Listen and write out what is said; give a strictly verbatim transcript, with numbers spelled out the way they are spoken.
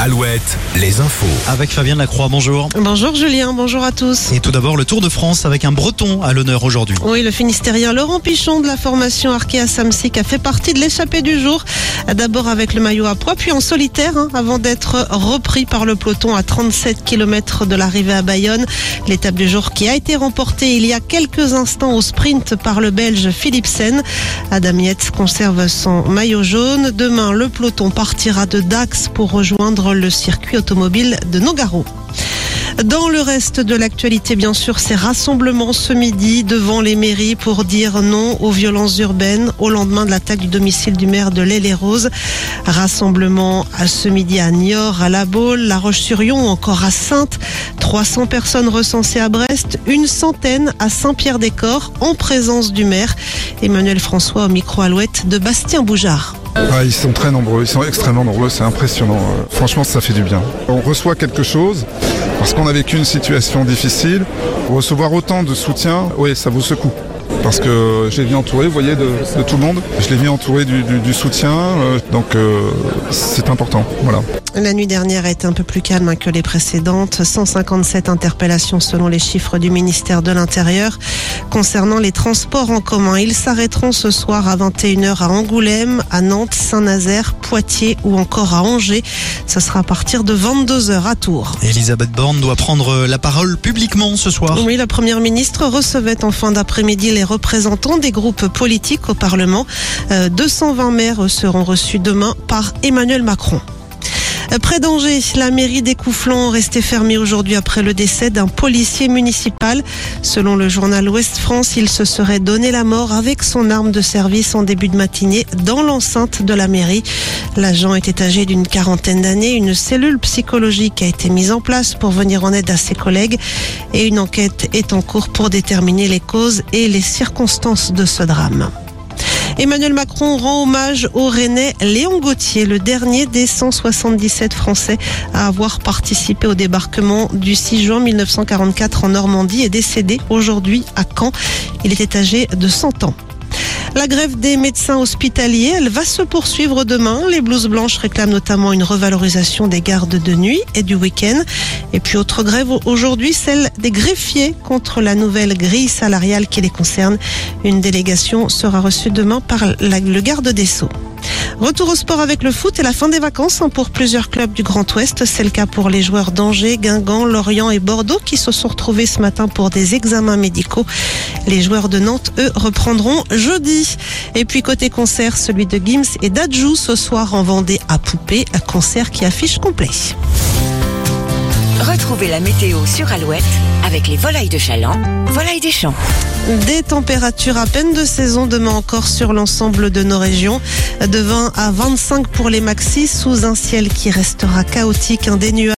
Alouette, les infos. Avec Fabienne Lacroix, bonjour. Bonjour Julien, bonjour à tous. Et tout d'abord, le Tour de France avec un Breton à l'honneur aujourd'hui. Oui, le Finistérien Laurent Pichon de la formation Arkea Samsic a fait partie de l'échappée du jour. D'abord avec le maillot à poids, puis en solitaire, hein, avant d'être repris par le peloton à trente-sept kilomètres de l'arrivée à Bayonne. L'étape du jour qui a été remportée il y a quelques instants au sprint par le Belge Philipsen. Adam Yates conserve son maillot jaune. Demain, le peloton partira de Dax pour rejoindre le circuit automobile de Nogaro. Dans le reste de l'actualité, bien sûr, ces rassemblements ce midi devant les mairies pour dire non aux violences urbaines au lendemain de l'attaque du domicile du maire de l'Haye-les-Roses. Rassemblement à ce midi à Niort, à La Baule, La Roche-sur-Yon ou encore à Saintes. trois cents personnes recensées à Brest, une centaine à Saint-Pierre-des-Corps en présence du maire. Emmanuel François au micro Alouette de Bastien Boujard. Ah, ils sont très nombreux, ils sont extrêmement nombreux, c'est impressionnant. Franchement, ça fait du bien. On reçoit quelque chose parce qu'on a vécu une situation difficile. Recevoir autant de soutien, oui, ça vous secoue. Parce que je l'ai vu entouré, vous voyez, de, de tout le monde. Je l'ai vu entouré du, du, du soutien, euh, donc euh, c'est important. Voilà. La nuit dernière a été un peu plus calme que les précédentes. cent cinquante-sept interpellations selon les chiffres du ministère de l'Intérieur. Concernant les transports en commun, ils s'arrêteront ce soir à vingt et une heures à Angoulême, à Nantes, Saint-Nazaire, Poitiers ou encore à Angers. Ce sera à partir de vingt-deux heures à Tours. Elisabeth Borne doit prendre la parole publiquement ce soir. Oui, la première ministre recevait en fin d'après-midi les représentants des groupes politiques au Parlement. Euh, deux cent vingt maires seront reçus demain par Emmanuel Macron. Près d'Angers, la mairie d'Écouflant restait fermée aujourd'hui après le décès d'un policier municipal. Selon le journal Ouest France, il se serait donné la mort avec son arme de service en début de matinée dans l'enceinte de la mairie. L'agent était âgé d'une quarantaine d'années. Une cellule psychologique a été mise en place pour venir en aide à ses collègues et une enquête est en cours pour déterminer les causes et les circonstances de ce drame. Emmanuel Macron rend hommage au Rennais Léon Gauthier, le dernier des cent soixante-dix-sept Français à avoir participé au débarquement du six juin mille neuf cent quarante-quatre en Normandie et décédé aujourd'hui à Caen. Il était âgé de cent ans. La grève des médecins hospitaliers, elle va se poursuivre demain. Les blouses blanches réclament notamment une revalorisation des gardes de nuit et du week-end. Et puis autre grève aujourd'hui, celle des greffiers contre la nouvelle grille salariale qui les concerne. Une délégation sera reçue demain par la, le garde des Sceaux. Retour au sport avec le foot et la fin des vacances pour plusieurs clubs du Grand Ouest. C'est le cas pour les joueurs d'Angers, Guingamp, Lorient et Bordeaux qui se sont retrouvés ce matin pour des examens médicaux. Les joueurs de Nantes, eux, reprendront jeudi. Et puis côté concert, celui de Gims et d'Adjou ce soir en Vendée à Poupée. Un concert qui affiche complet. Retrouvez la météo sur Alouette avec les volailles de Chaland, volailles des champs. Des températures à peine de saison demain encore sur l'ensemble de nos régions. De vingt à vingt-cinq pour les maxis sous un ciel qui restera chaotique, un des nuages.